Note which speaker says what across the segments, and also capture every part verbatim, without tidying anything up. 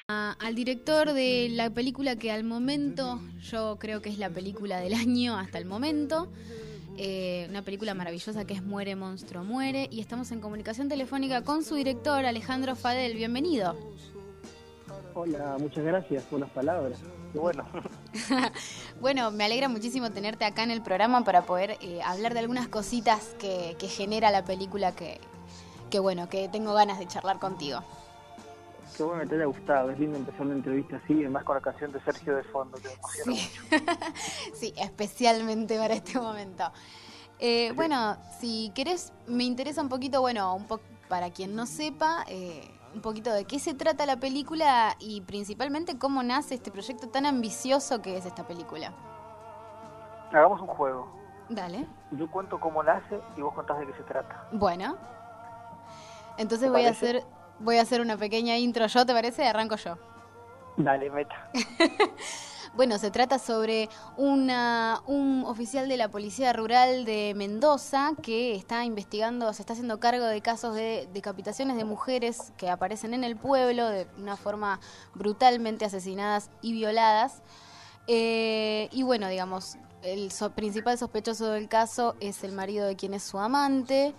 Speaker 1: A- al director de la película que al momento yo creo que es la película del año hasta el momento, eh, una película maravillosa que es Muere, monstruo, muere, y estamos en comunicación telefónica con su director, Alejandro Fadel. Bienvenido.
Speaker 2: Hola, muchas gracias por las palabras. Qué bueno.
Speaker 1: Bueno, me alegra muchísimo tenerte acá en el programa para poder eh, hablar de algunas cositas que, que genera la película que, que, bueno, que tengo ganas de charlar contigo.
Speaker 2: Qué bueno que te haya gustado. Es lindo empezar una entrevista así, además con la canción de Sergio de fondo, que me emociona
Speaker 1: Sí.
Speaker 2: mucho.
Speaker 1: Sí, especialmente para este momento. Eh,
Speaker 2: Sí.
Speaker 1: Bueno, si querés, me interesa un poquito, bueno, un po para quien no sepa, eh, un poquito de qué se trata la película y principalmente cómo nace este proyecto tan ambicioso que es esta película.
Speaker 2: Hagamos un juego.
Speaker 1: Dale.
Speaker 2: Yo cuento cómo nace y vos contás de qué se trata.
Speaker 1: Bueno, entonces
Speaker 2: ¿Te
Speaker 1: voy a
Speaker 2: parece?
Speaker 1: hacer, voy a hacer una pequeña intro yo, ¿te parece? Arranco yo.
Speaker 2: Dale, meta.
Speaker 1: Bueno, se trata sobre una, un oficial de la Policía Rural de Mendoza que está investigando, se está haciendo cargo de casos de decapitaciones de mujeres que aparecen en el pueblo de una forma brutalmente asesinadas y violadas. Eh, y bueno, digamos, el so- principal sospechoso del caso es el marido de quien es su amante.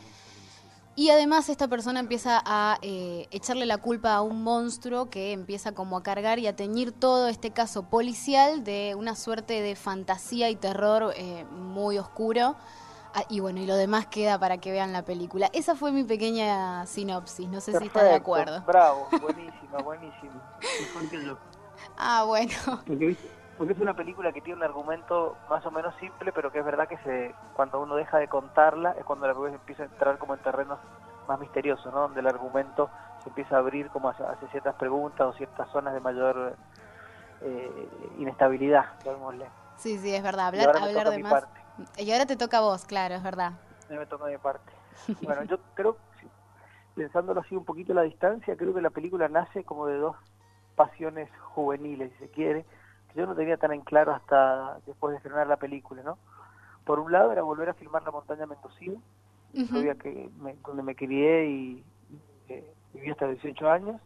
Speaker 1: Y además esta persona empieza a eh, echarle la culpa a un monstruo que empieza como a cargar y a teñir todo este caso policial de una suerte de fantasía y terror eh, muy oscuro. Ah, y bueno, y lo demás queda para que vean la película. Esa fue mi pequeña sinopsis, no sé si estás de
Speaker 2: Perfecto,
Speaker 1: acuerdo.
Speaker 2: bravo, buenísima, buenísima. Mejor que yo.
Speaker 1: Ah, bueno.
Speaker 2: Porque, ¿viste? Porque es una película que tiene un argumento más o menos simple, pero que es verdad que se cuando uno deja de contarla es cuando la película empieza a entrar como en terrenos más misteriosos, ¿no? Donde el argumento se empieza a abrir como hacia, hacia ciertas preguntas o ciertas zonas de mayor eh, inestabilidad, llamémosle.
Speaker 1: Sí, sí, es verdad,
Speaker 2: Y
Speaker 1: hablar,
Speaker 2: ahora me
Speaker 1: hablar
Speaker 2: toca
Speaker 1: de
Speaker 2: mi
Speaker 1: más.
Speaker 2: parte,
Speaker 1: Y ahora te toca a vos, claro, es verdad.
Speaker 2: a mí me toca mi parte. Bueno, yo creo, sí, pensándolo así un poquito a la distancia, creo que la película nace como de dos pasiones juveniles, si se quiere, que yo no tenía tan en claro hasta después de estrenar la película, ¿no? Por un lado era volver a filmar la montaña mendocina,
Speaker 1: Uh-huh.
Speaker 2: que me, donde me crié y eh, viví hasta dieciocho años.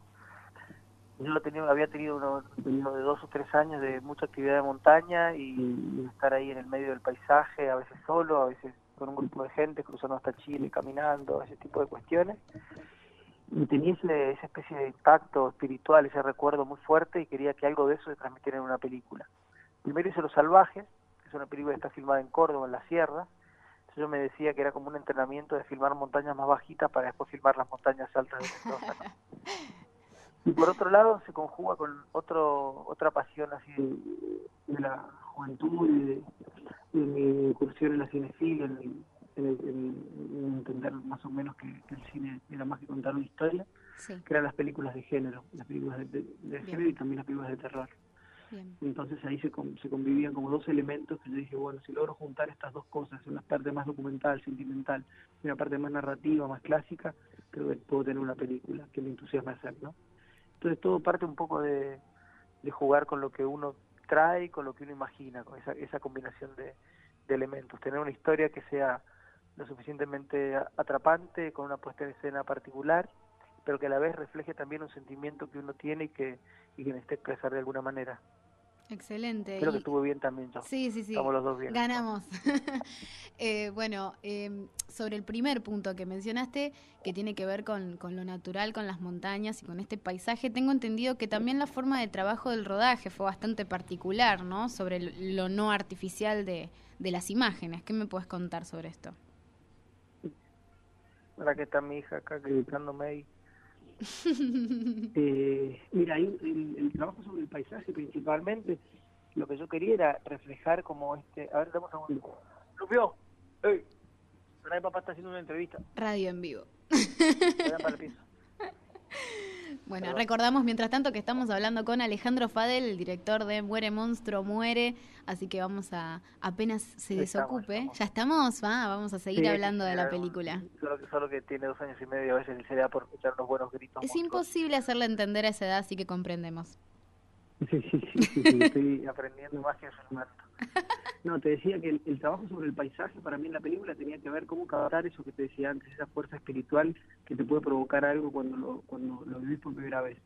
Speaker 2: Yo tenía, había tenido unos, un periodo de dos o tres años de mucha actividad de montaña y, y estar ahí en el medio del paisaje, a veces solo, a veces con un grupo de gente, cruzando hasta Chile, caminando, ese tipo de cuestiones. Y tenía ese, esa especie de impacto espiritual, ese recuerdo muy fuerte y quería que algo de eso se transmitiera en una película. Primero hice Los Salvajes, que es una película que está filmada en Córdoba, en la sierra. Entonces yo me decía que era como un entrenamiento de filmar montañas más bajitas para después filmar las montañas altas de Mendoza, ¿no? Y por otro lado se conjuga con otro otra pasión así de, de la juventud y de, de mi incursión en la cinefilia, en, el, en, el, en entender más o menos que, que el cine era más que contar una historia,
Speaker 1: Sí.
Speaker 2: que eran las películas de género, las películas de, de, de género y también las películas de terror.
Speaker 1: Bien.
Speaker 2: Entonces ahí se, se convivían como dos elementos que yo dije, bueno, si logro juntar estas dos cosas, una parte más documental, sentimental, y una parte más narrativa, más clásica, creo que puedo tener una película que me entusiasma hacer, ¿no? Entonces todo parte un poco de, de jugar con lo que uno trae, con lo que uno imagina, con esa, esa combinación de, de elementos, tener una historia que sea lo suficientemente atrapante, con una puesta en escena particular, pero que a la vez refleje también un sentimiento que uno tiene y que, y que necesita expresar de alguna manera.
Speaker 1: Excelente.
Speaker 2: Creo que
Speaker 1: Y
Speaker 2: estuve bien también yo.
Speaker 1: sí, sí, sí,
Speaker 2: Estamos los dos bien.
Speaker 1: ganamos. eh, bueno, eh, sobre el primer punto que mencionaste, que tiene que ver con, con lo natural, con las montañas y con este paisaje, tengo entendido que también la forma de trabajo del rodaje fue bastante particular, ¿no? Sobre lo no artificial de, de las imágenes. ¿Qué me puedes contar sobre esto?
Speaker 2: Ahora que está mi hija acá gritándome ahí. eh, mira, ahí el, el trabajo sobre el paisaje principalmente, lo que yo quería era reflejar como este... A ver, dame un segundo. ¡Lupio! ¡Ey! Por ahí papá está haciendo una entrevista.
Speaker 1: Radio en vivo.
Speaker 2: Vayan para el piso.
Speaker 1: Bueno,
Speaker 2: Perdón.
Speaker 1: recordamos mientras tanto que estamos hablando con Alejandro Fadel, el director de Muere, monstruo, muere, así que vamos a, apenas se desocupe,
Speaker 2: Estamos, estamos.
Speaker 1: ya estamos, ¿va? Vamos a seguir
Speaker 2: Sí,
Speaker 1: hablando
Speaker 2: sí,
Speaker 1: de la
Speaker 2: era un-
Speaker 1: película.
Speaker 2: solo, que, solo que tiene dos años y medio, a veces se le da por echar unos buenos gritos
Speaker 1: Es
Speaker 2: monstruosos.
Speaker 1: imposible hacerle entender a esa edad, así que comprendemos.
Speaker 2: Sí, sí, sí, sí, sí, estoy aprendiendo más que Fernando. No, te decía que el, el trabajo sobre el paisaje para mí en la película tenía que ver cómo captar eso que te decía antes, esa fuerza espiritual que te puede provocar algo cuando lo, cuando lo vivís por primera vez.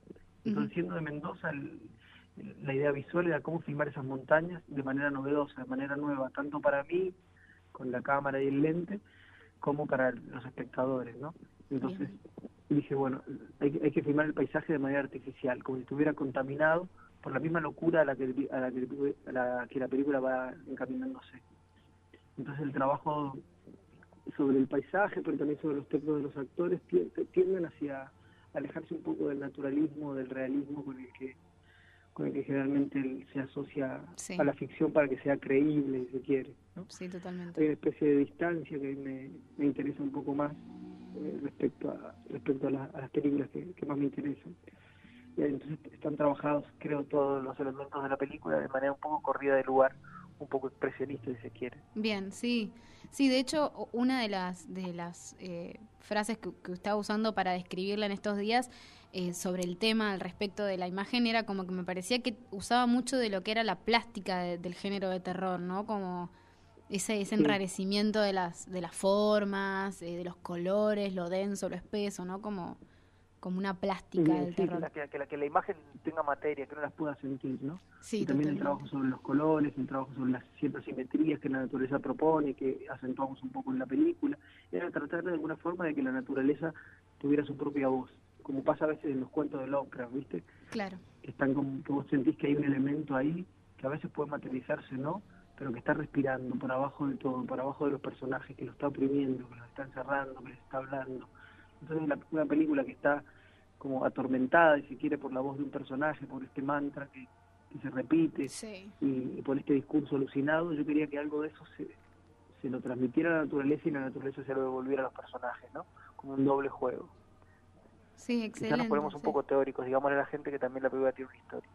Speaker 2: Entonces, siendo de Mendoza, el, la idea visual era cómo filmar esas montañas de manera novedosa, de manera nueva, tanto para mí, con la cámara y el lente, como para los espectadores, ¿no? Entonces Bien. dije, bueno, hay, hay que filmar el paisaje de manera artificial, como si estuviera contaminado por la misma locura a la que, a la, que, a la, que la película va encaminándose. Entonces el trabajo sobre el paisaje, pero también sobre los textos de los actores, tienden hacia alejarse un poco del naturalismo, del realismo con el que con el que generalmente se asocia sí. a la ficción para que sea creíble, si se quiere, ¿no?
Speaker 1: Sí, totalmente.
Speaker 2: Hay una especie de distancia que me, me interesa un poco más eh, respecto a respecto a, la, a las películas que, que más me interesan. Y entonces están trabajados, creo, todos los elementos de la película de manera un poco corrida de lugar, un poco expresionista, si se quiere.
Speaker 1: Bien, sí. Sí, de hecho, una de las de las eh, frases que, que estaba usando para describirla en estos días eh, sobre el tema al respecto de la imagen era como que me parecía que usaba mucho de lo que era la plástica de, del género de terror, ¿no? Como ese, ese enrarecimiento de las de las formas, eh, de los colores, lo denso, lo espeso, ¿no? Como como una plástica
Speaker 2: sí,
Speaker 1: del
Speaker 2: sí,
Speaker 1: terror.
Speaker 2: Que la, que, la, que la imagen tenga materia, que no las pueda sentir, ¿no?
Speaker 1: Sí,
Speaker 2: y también
Speaker 1: totalmente.
Speaker 2: el trabajo sobre los colores, el trabajo sobre las ciertas simetrías que la naturaleza propone, que acentuamos un poco en la película, era tratar de alguna forma de que la naturaleza tuviera su propia voz, como pasa a veces en los cuentos de Lovecraft, ¿viste?
Speaker 1: Claro.
Speaker 2: Que están como, que vos sentís que hay un elemento ahí, que a veces puede materializarse, ¿no? Pero que está respirando por abajo de todo, por abajo de los personajes, que lo está oprimiendo, que los está encerrando, que les está hablando. Entonces la, una película que está como atormentada, si quiere, por la voz de un personaje, por este mantra que, que se repite,
Speaker 1: sí.
Speaker 2: y, y por este discurso alucinado, yo quería que algo de eso se, se lo transmitiera a la naturaleza y la naturaleza se lo devolviera a los personajes, ¿no? Como un doble juego.
Speaker 1: Sí, excelente.
Speaker 2: Quizás nos ponemos un
Speaker 1: sí.
Speaker 2: poco teóricos, digámosle a la gente que también la película tiene una historia.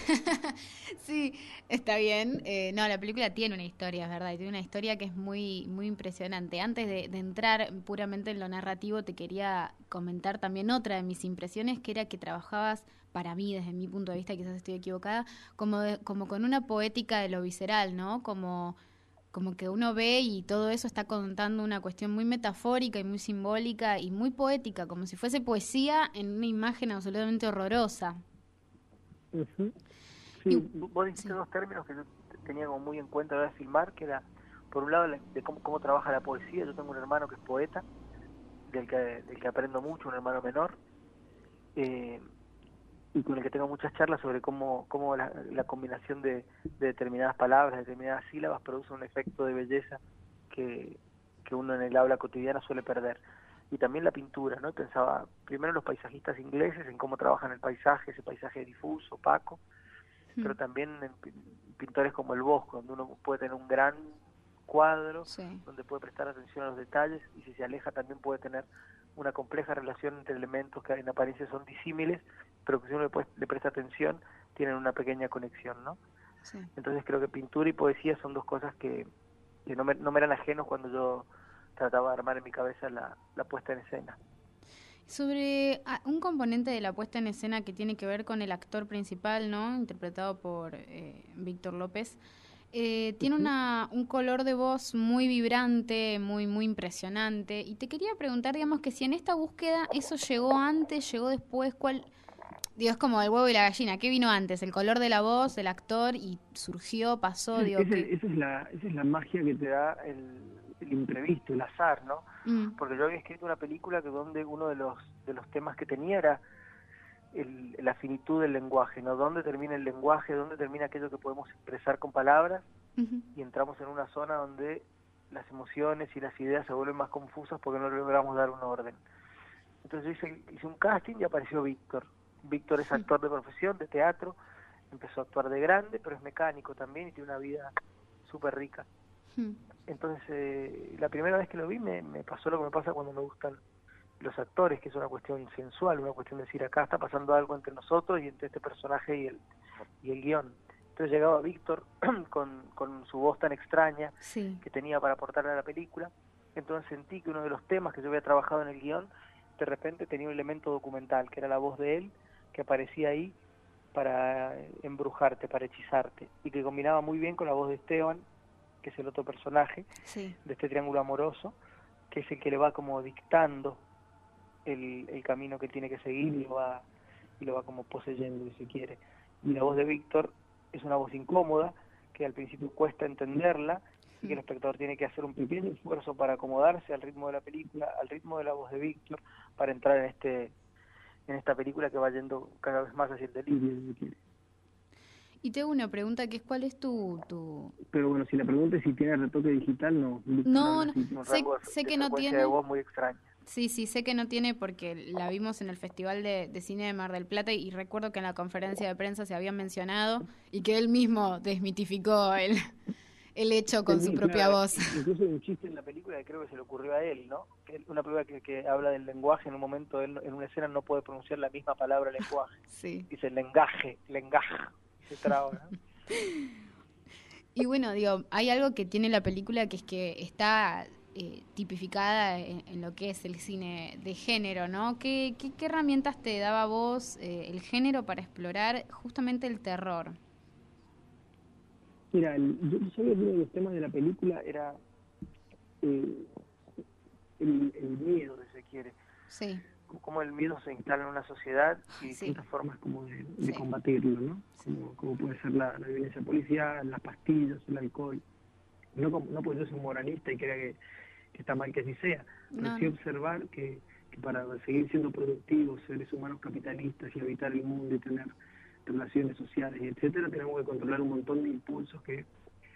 Speaker 1: Sí, está bien. Eh, no, la película tiene una historia, es verdad, y tiene una historia que es muy, muy impresionante. Antes de, de entrar puramente en lo narrativo, te quería comentar también otra de mis impresiones, que era que trabajabas, para mí, desde mi punto de vista, quizás estoy equivocada, como, de, como con una poética de lo visceral, ¿no? Como, como que uno ve y todo eso está contando una cuestión muy metafórica y muy simbólica y muy poética, como si fuese poesía en una imagen absolutamente horrorosa.
Speaker 2: Uh-huh. Sí, y, vos dijiste sí. dos términos que yo tenía como muy en cuenta a la hora de filmar, que era, por un lado, de cómo, cómo trabaja la poesía. Yo tengo un hermano que es poeta, del que, del que aprendo mucho, un hermano menor, eh, y con el que tengo muchas charlas sobre cómo, cómo la, la combinación de, de determinadas palabras, de determinadas sílabas, produce un efecto de belleza que, que uno en el habla cotidiana suele perder. Y también la pintura, ¿no? Pensaba primero en los paisajistas ingleses, en cómo trabajan el paisaje, ese paisaje difuso, opaco, mm. pero también en pintores como el Bosco, donde uno puede tener un gran cuadro, sí. donde puede prestar atención a los detalles, y si se aleja también puede tener una compleja relación entre elementos que en apariencia son disímiles, pero que si uno le, puede, le presta atención, tienen una pequeña conexión, ¿no? Sí. Entonces creo que pintura y poesía son dos cosas que, que no, me, no me eran ajenos cuando yo trataba de armar en mi cabeza la, la puesta en escena.
Speaker 1: Sobre un componente de la puesta en escena que tiene que ver con el actor principal, ¿no? Interpretado por eh, Víctor López. Eh, tiene una, un color de voz muy vibrante, muy muy impresionante. Y te quería preguntar, digamos, que si en esta búsqueda eso llegó antes, llegó después, ¿cuál? Digo, es como el huevo y la gallina. ¿Qué vino antes? ¿El color de la voz, del actor? Y surgió, pasó,
Speaker 2: esa,
Speaker 1: digo,
Speaker 2: esa,
Speaker 1: que...
Speaker 2: esa, es la, esa es la magia que te da el, el imprevisto, el azar, ¿no? Mm. Porque yo había escrito una película que donde uno de los, de los temas que tenía era el, la finitud del lenguaje, ¿no? ¿Dónde termina el lenguaje? ¿Dónde termina aquello que podemos expresar con palabras? Uh-huh. Y entramos en una zona donde las emociones y las ideas se vuelven más confusas porque no logramos dar un orden. Entonces yo hice, hice un casting y apareció Víctor. Víctor es actor de profesión, de teatro, empezó a actuar de grande, pero es mecánico también y tiene una vida súper rica. Entonces, eh, la primera vez que lo vi me, me pasó lo que me pasa cuando me gustan los actores, que es una cuestión sensual, una cuestión de decir, acá está pasando algo entre nosotros y entre este personaje y el, y el guión. Entonces llegaba Víctor con, con su voz tan extraña sí. que tenía para aportarle a la película, entonces sentí que uno de los temas que yo había trabajado en el guión, de repente tenía un elemento documental, que era la voz de él, que aparecía ahí para embrujarte, para hechizarte, y que combinaba muy bien con la voz de Esteban, que es el otro personaje sí. de este triángulo amoroso, que es el que le va como dictando el, el camino que tiene que seguir y lo va, y lo va como poseyendo, si se quiere. Y la voz de Víctor es una voz incómoda, que al principio cuesta entenderla, y que el espectador tiene que hacer un pequeño esfuerzo para acomodarse al ritmo de la película, al ritmo de la voz de Víctor, para entrar en este en esta película que va yendo cada vez más hacia el delirio, si se quiere.
Speaker 1: Y tengo una pregunta que es, ¿cuál es tu...? tu...
Speaker 3: Pero bueno, si la pregunta es si tiene retoque digital, no. Víctor
Speaker 1: No,
Speaker 3: habla
Speaker 1: no,
Speaker 3: así.
Speaker 2: Un
Speaker 1: sé,
Speaker 2: rango de,
Speaker 1: sé
Speaker 2: de
Speaker 1: que no
Speaker 2: frecuencia
Speaker 1: tiene...
Speaker 2: de voz muy extraña.
Speaker 1: Sí, sí, sé que no tiene porque la vimos en el Festival de, de Cine de Mar del Plata y recuerdo que en la conferencia de prensa se había mencionado y que él mismo desmitificó el, el hecho con
Speaker 2: Sí,
Speaker 1: su propia
Speaker 2: claro,
Speaker 1: voz.
Speaker 2: incluso hay un chiste en la película que creo que se le ocurrió a él, ¿no? Que él- una película que, que habla del lenguaje, en un momento él en una escena no puede pronunciar la misma palabra lenguaje.
Speaker 1: Sí.
Speaker 2: Dice lengaje, lengaje, se traba, ¿no?
Speaker 1: Y bueno, digo, hay algo que tiene la película que es que está eh, tipificada en, en lo que es el cine de género, ¿no? ¿Qué, qué, qué herramientas te daba a vos eh, el género para explorar justamente el terror?
Speaker 3: Mira, el, yo yo sabía que uno de los temas de la película era eh,
Speaker 2: El, el miedo, si se quiere.
Speaker 1: Sí.
Speaker 2: Cómo el miedo se instala en una sociedad y
Speaker 1: Sí.
Speaker 3: distintas formas como de, de
Speaker 1: Sí.
Speaker 3: combatirlo, ¿no? Como, como puede ser la, la violencia policial, las pastillas, el alcohol. No, como- no porque yo soy un moralista y crea que, que está mal que así sea, pero
Speaker 1: No,
Speaker 3: sí
Speaker 1: no.
Speaker 3: observar que, que para seguir siendo productivos, seres humanos capitalistas y habitar el mundo y tener relaciones sociales y etcétera, tenemos que controlar un montón de impulsos que,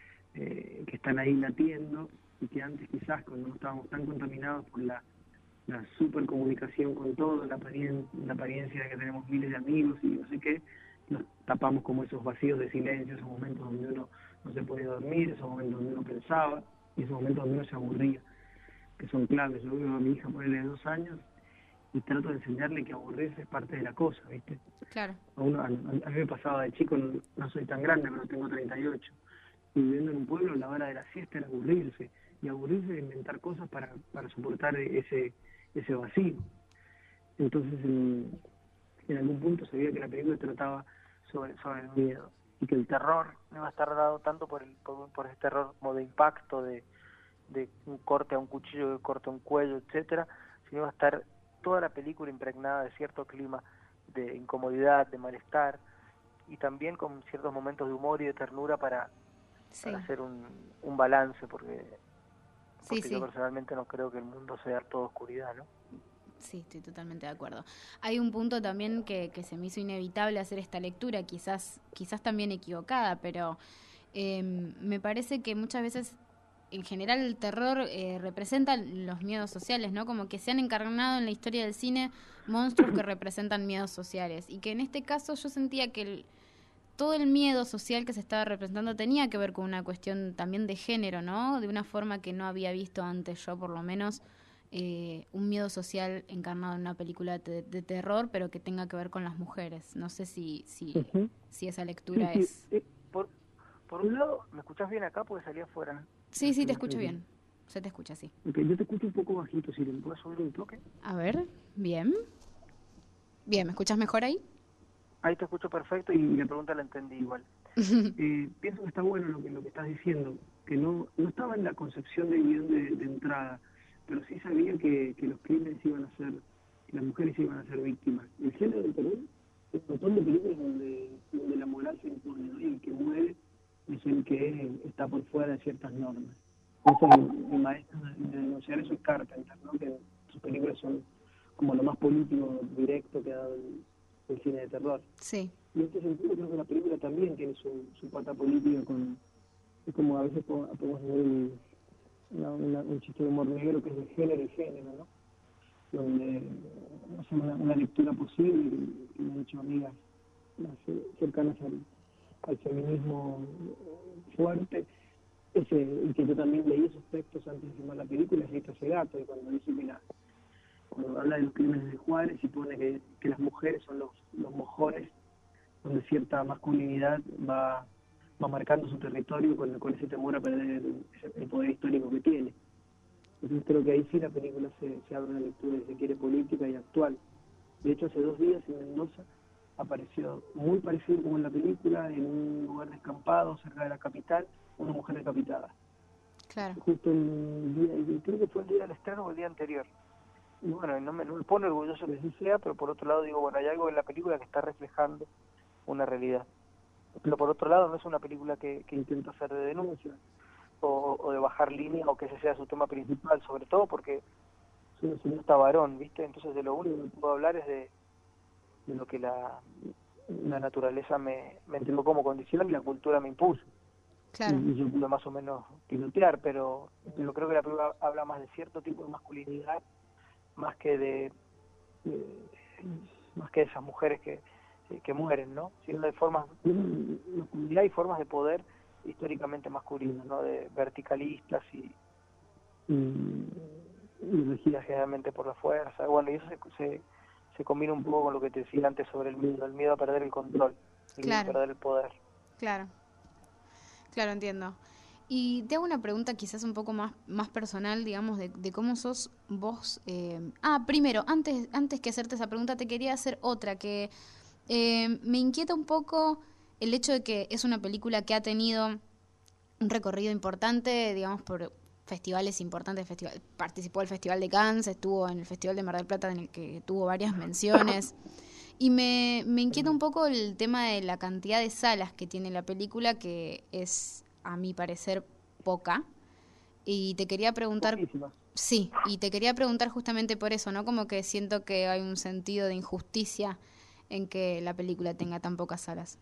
Speaker 3: eh, que están ahí latiendo y que antes quizás cuando no estábamos tan contaminados por la, la supercomunicación con todo, la, aparien- la apariencia de que tenemos miles de amigos y no sé qué, nos tapamos como esos vacíos de silencio, esos momentos donde uno no se podía dormir, esos momentos donde uno pensaba y esos momentos donde uno se aburría, que son claves. Yo veo a mi hija ponerle dos años y trato de enseñarle que aburrirse es parte de la cosa, ¿viste?
Speaker 1: Claro.
Speaker 3: A, uno, a, a mí me pasaba de chico, no, no soy tan grande, pero tengo treinta y ocho, y viviendo en un pueblo, la hora de la siesta era aburrirse, y aburrirse de inventar cosas para, para soportar ese, ese vacío. Entonces, en, en algún punto se veía que la película trataba sobre, sobre el miedo,
Speaker 2: Y que el terror no va a estar dado tanto por el por, por ese terror como de impacto, de, de un corte a un cuchillo, de corte a un cuello, etcétera, sino va a estar toda la película impregnada de cierto clima de incomodidad, de malestar, y también con ciertos momentos de humor y de ternura para,
Speaker 1: Sí.
Speaker 2: para hacer un, un balance, porque,
Speaker 1: Sí,
Speaker 2: porque yo
Speaker 1: sí.
Speaker 2: personalmente no creo que el mundo sea toda oscuridad, ¿no?
Speaker 1: Sí, estoy totalmente de acuerdo. Hay un punto también que, que se me hizo inevitable hacer esta lectura, quizás, quizás también equivocada, pero eh, me parece que muchas veces, en general, el terror eh, representa los miedos sociales, ¿no? Como que se han encarnado en la historia del cine monstruos que representan miedos sociales. Y que en este caso yo sentía que el, todo el miedo social que se estaba representando tenía que ver con una cuestión también de género, ¿no? De una forma que no había visto antes yo, por lo menos. Eh, un miedo social encarnado en una película de, de terror, pero que tenga que ver con las mujeres. No sé si si,
Speaker 3: uh-huh.
Speaker 1: si esa
Speaker 3: Sí,
Speaker 1: lectura
Speaker 3: sí,
Speaker 1: es...
Speaker 3: eh,
Speaker 2: Por, por un lado, ¿me escuchás bien acá? Porque salí afuera.
Speaker 1: Sí, sí, te
Speaker 3: sí,
Speaker 1: escucho
Speaker 3: sí.
Speaker 1: bien. Se te escucha, sí.
Speaker 3: Ok, yo te escucho un poco bajito, si le puedes subir un toque.
Speaker 1: A ver, bien. Bien, ¿me escuchas mejor ahí?
Speaker 2: Ahí te escucho perfecto y la pregunta la entendí igual.
Speaker 3: Eh, pienso que está bueno lo que lo que estás diciendo, que no no estaba en la concepción del guión de, de entrada, pero sí sabía que, que los crímenes iban a ser, que las mujeres iban a ser víctimas. El género del terror es un montón de películas donde, donde la moral se impone, ¿no? Y el que muere es el que está por fuera de ciertas normas. Entonces, el, el maestro de, de denunciar eso es Carpenter, ¿no? Que sus películas son como lo más político directo que ha dado el, el cine de terror.
Speaker 1: Sí.
Speaker 3: Y en este sentido creo que la película también tiene su, su pata política, con es como a veces podemos hacer un, una, una, un chiste de humor negro que es de género y género, ¿no? Donde hacemos una, una lectura posible y, y me han hecho amigas más eh, cercanas al, al feminismo fuerte. Ese, y que yo también leí esos textos antes de filmar la película, es Rita Segato, y cuando dice que la, cuando habla de los crímenes de Juárez y pone que, que las mujeres son los, los mojones, donde cierta masculinidad va, va marcando su territorio con, con ese temor a perder el, el poder histórico que tiene. Entonces creo que ahí sí la película se, se abre una lectura, si se quiere, política y actual. De hecho, hace dos días en Mendoza apareció muy parecido como en la película, en un lugar descampado cerca de la capital, una mujer decapitada.
Speaker 1: Claro.
Speaker 3: Justo el día, creo que fue el día
Speaker 2: ¿El estreno o el día anterior? y bueno, no me, no me pone orgulloso que así sea, pero por otro lado digo, bueno, hay algo en la película que está reflejando una realidad. Pero por otro lado no es una película que, que intenta hacer de denuncia o, o de bajar línea o que ese sea su tema principal, sobre todo porque soy un cineasta varón, ¿viste? Entonces de lo único que puedo hablar es de, de lo que la, la naturaleza me, me entregó como condición y la cultura me impuso.
Speaker 1: Claro.
Speaker 2: Y, y yo pude más o menos pilotear, pero, pero creo que la película habla más de cierto tipo de masculinidad, más que de, de más que de esas mujeres que, que mueren, ¿no? Sino de formas, masculinidad y formas de poder históricamente masculinas, ¿no? De verticalistas y, y, y regidas generalmente por la fuerza. Bueno, y eso se, se, se combina un poco con lo que te decía antes sobre el miedo, el miedo a perder el control, el
Speaker 1: Claro.
Speaker 2: miedo a perder el poder.
Speaker 1: Claro, claro, entiendo. Y te hago una pregunta quizás un poco más, más personal, digamos, de, de cómo sos vos. Eh... Ah, primero, antes, antes que hacerte esa pregunta, te quería hacer otra, que eh, me inquieta un poco el hecho de que es una película que ha tenido un recorrido importante, digamos, por festivales importantes. Festival, participó del Festival de Cannes, estuvo en el Festival de Mar del Plata, en el que tuvo varias menciones. Y me, me inquieta un poco el tema de la cantidad de salas que tiene la película, que es, a mi parecer, poca. Y te quería preguntar...
Speaker 2: Poquísimas.
Speaker 1: Sí, y te quería preguntar justamente por eso, ¿no? Como que siento que hay un sentido de injusticia en que la película tenga tan pocas salas.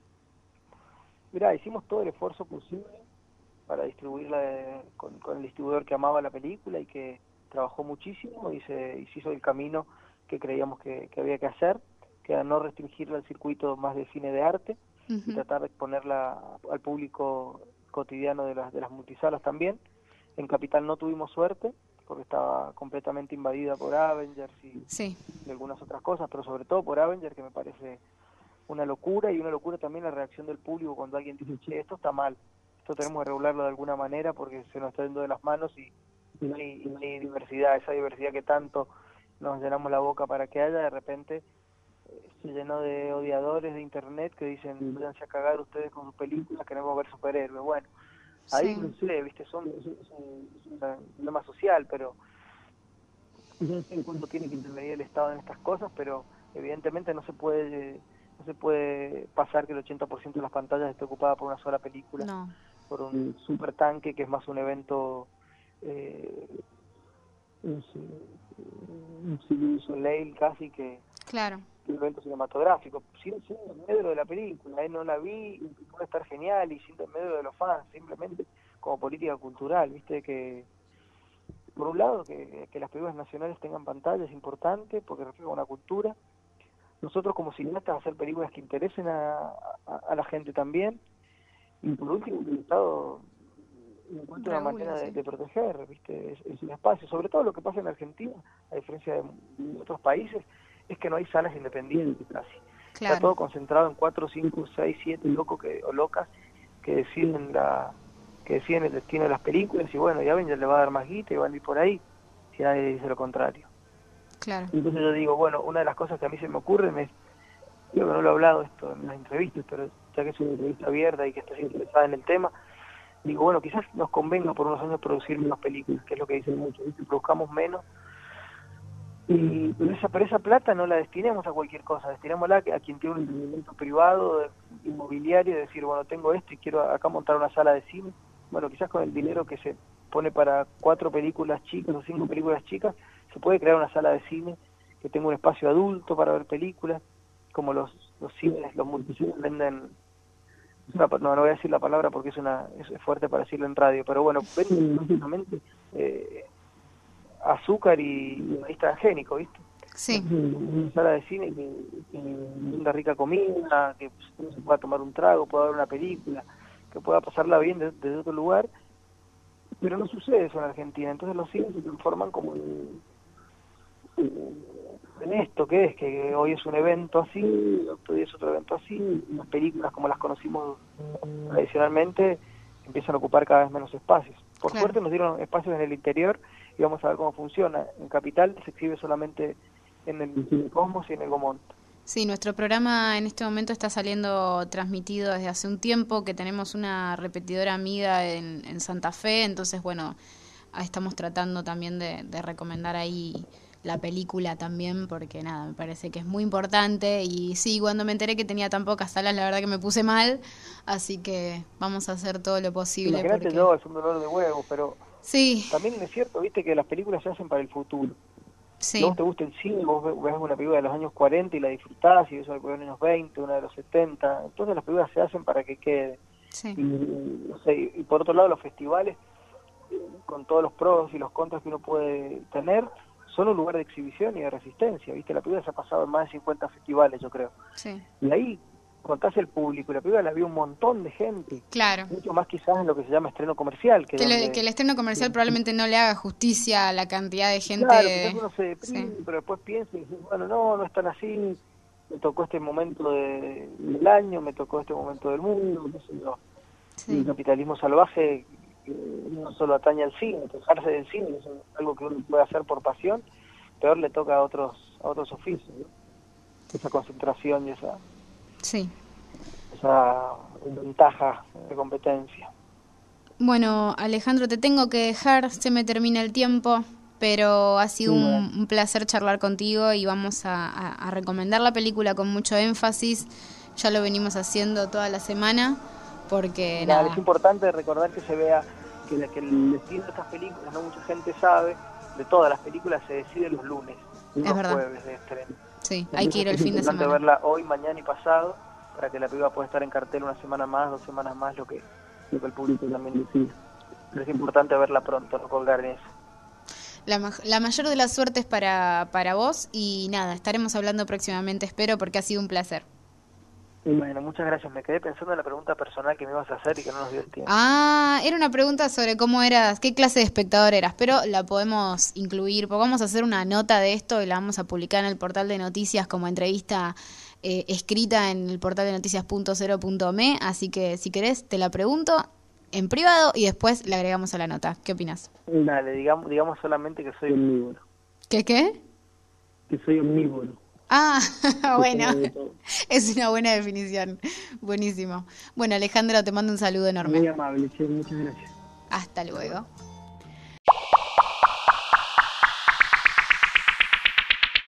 Speaker 2: Mirá, hicimos todo el esfuerzo posible para distribuirla de, con, con el distribuidor que amaba la película y que trabajó muchísimo y se, y se hizo el camino que creíamos que, que había que hacer, que era no restringirla al circuito más de cine de arte, uh-huh. y tratar de exponerla al público cotidiano de las, de las multisalas también. En Capital no tuvimos suerte, porque estaba completamente invadida por Avengers y,
Speaker 1: sí.
Speaker 2: y algunas otras cosas, pero sobre todo por Avengers, que me parece una locura, y una locura también la reacción del público cuando alguien dice, che, esto está mal, esto tenemos que regularlo de alguna manera porque se nos está yendo de las manos y, y, no, hay, y no hay diversidad, esa diversidad que tanto nos llenamos la boca para que haya, de repente eh, se llenó de odiadores de internet que dicen, váyanse a cagar ustedes con sus películas, queremos ver superhéroes. Bueno, ahí sí. no sé, viste, son, es, es, un, es un problema social, pero yo no sé en cuánto tiene que intervenir el Estado en estas cosas, pero evidentemente no se puede no se puede pasar que el ochenta por ciento de las pantallas esté ocupada por una sola película,
Speaker 1: no.
Speaker 2: por un super tanque que es más un evento eh, no sé, un Cirque du Soleil casi que,
Speaker 1: claro.
Speaker 2: que un evento cinematográfico, sin ser en medio de la película, eh, no la vi y puede estar genial y sin en medio de los fans, simplemente como política cultural, viste que por un lado que, que las películas nacionales tengan pantalla es importante porque refleja una cultura. Nosotros como cineastas hacer películas que interesen a, a, a la gente también, y por último que el Estado encuentre una manera de, de proteger, viste, es, es un espacio. Sobre todo lo que pasa en Argentina, a diferencia de, de otros países, es que no hay salas independientes casi.
Speaker 1: Claro.
Speaker 2: Está todo concentrado en cuatro, cinco, seis, siete locos que, o locas que deciden la que deciden el destino de las películas y bueno, ya ven, ya le va a dar más guita y van a ir por ahí, si nadie dice lo contrario.
Speaker 1: Claro.
Speaker 2: Entonces yo digo, bueno, una de las cosas que a mí se me ocurre es, creo que no lo he hablado esto en las entrevistas, pero ya que es una entrevista abierta y que estás interesada en el tema, digo, bueno, quizás nos convenga por unos años producir menos películas, que es lo que dicen muchos, ¿viste? Produzcamos menos, y pero esa, pero esa plata no la destinemos a cualquier cosa, destinémosla a quien tiene un emprendimiento privado, inmobiliario, de decir, bueno, tengo esto y quiero acá montar una sala de cine. Bueno, quizás con el dinero que se pone para cuatro películas chicas o cinco películas chicas, se puede crear una sala de cine que tenga un espacio adulto para ver películas, como los los cines, los multicines venden, no, no voy a decir la palabra porque es una es fuerte para decirlo en radio, pero bueno, venden básicamente eh, azúcar y, y maíz transgénico, ¿viste?
Speaker 1: Sí.
Speaker 2: Una sala de cine que, que venda rica comida, que uno se pueda tomar un trago, pueda ver una película, que pueda pasarla bien desde, desde otro lugar, pero no sucede eso en Argentina. Entonces los cines se transforman como en, en esto que es, que hoy es un evento así, otro día es otro evento así, y las películas como las conocimos tradicionalmente empiezan a ocupar cada vez menos espacios. Por claro. suerte nos dieron espacios en el interior y vamos a ver cómo funciona. En Capital se exhibe solamente en el Cine Cosmos y en el Gomont.
Speaker 1: Sí, nuestro programa en este momento está saliendo transmitido desde hace un tiempo, que tenemos una repetidora amiga en, en Santa Fe, entonces bueno, estamos tratando también de, de recomendar ahí la película también, porque nada, me parece que es muy importante. Y sí, cuando me enteré que tenía tan pocas salas, la verdad que me puse mal, así que vamos a hacer todo lo posible.
Speaker 2: Imagínate
Speaker 1: porque...
Speaker 2: yo, es un dolor de huevo, pero
Speaker 1: sí.
Speaker 2: también es cierto, viste, que las películas se hacen para el futuro.
Speaker 1: Sí.
Speaker 2: Si a vos te gusta el cine, vos ves una película de los años cuarenta y la disfrutás, y ves una película de los años veinte, una de los setenta, entonces las películas se hacen para que quede.
Speaker 1: Sí.
Speaker 2: Y, no sé, y por otro lado los festivales, con todos los pros y los contras que uno puede tener, son un lugar de exhibición y de resistencia, ¿viste? La película se ha pasado en más de cincuenta festivales, yo creo.
Speaker 1: Sí.
Speaker 2: Y ahí contás el público, y la película la vio un montón de gente.
Speaker 1: Claro.
Speaker 2: Mucho más quizás en lo que se llama estreno comercial. Que,
Speaker 1: que,
Speaker 2: donde,
Speaker 1: le, que el estreno comercial sí. probablemente no le haga justicia a la cantidad de gente.
Speaker 2: Claro, quizás uno se deprime,
Speaker 1: sí.
Speaker 2: pero después piensa y dice, bueno, no, no es tan así, me tocó este momento de, del año, me tocó este momento del mundo, qué sé yo. Sí. El capitalismo salvaje no solo atañe al cine, quejarse del cine, que es algo que uno puede hacer por pasión, peor le toca a otros a otros oficios, ¿no? Esa concentración y esa
Speaker 1: sí.
Speaker 2: esa ventaja de competencia.
Speaker 1: Bueno, Alejandro, te tengo que dejar, se me termina el tiempo, pero ha sido sí, un, bueno. un placer charlar contigo y vamos a, a, a recomendar la película con mucho énfasis. Ya lo venimos haciendo toda la semana. Porque
Speaker 2: Mira,
Speaker 1: nada.
Speaker 2: Es importante recordar que se vea que, la, que el destino de estas películas, no mucha gente sabe, de todas las películas se decide los lunes, no los
Speaker 1: verdad.
Speaker 2: jueves de estreno.
Speaker 1: Sí,
Speaker 2: Entonces,
Speaker 1: hay que ir el fin de semana.
Speaker 2: Es importante verla hoy, mañana y pasado, para que la película pueda estar en cartel una semana más, dos semanas más, lo que, lo que el público también decide. Pero es importante verla pronto, no colgar en eso.
Speaker 1: La, la mayor de las suertes para, para vos y nada, estaremos hablando próximamente, espero, porque ha sido un placer.
Speaker 2: Bueno, muchas gracias. Me quedé pensando en la pregunta personal que me ibas a hacer y que no nos dio el tiempo.
Speaker 1: Ah, era una pregunta sobre cómo eras, qué clase de espectador eras, pero la podemos incluir, porque vamos a hacer una nota de esto y la vamos a publicar en el portal de noticias como entrevista eh, escrita en el portal de noticias punto cero punto me, así que si querés te la pregunto en privado y después le agregamos a la nota. ¿Qué opinas?
Speaker 2: Dale, digamos, digamos solamente que soy omnívoro.
Speaker 1: ¿Qué qué?
Speaker 2: Que soy omnívoro.
Speaker 1: Ah, bueno, es una buena definición, buenísimo. Bueno, Alejandro, te mando un saludo enorme.
Speaker 2: Muy amable, che, muchas gracias.
Speaker 1: Hasta luego.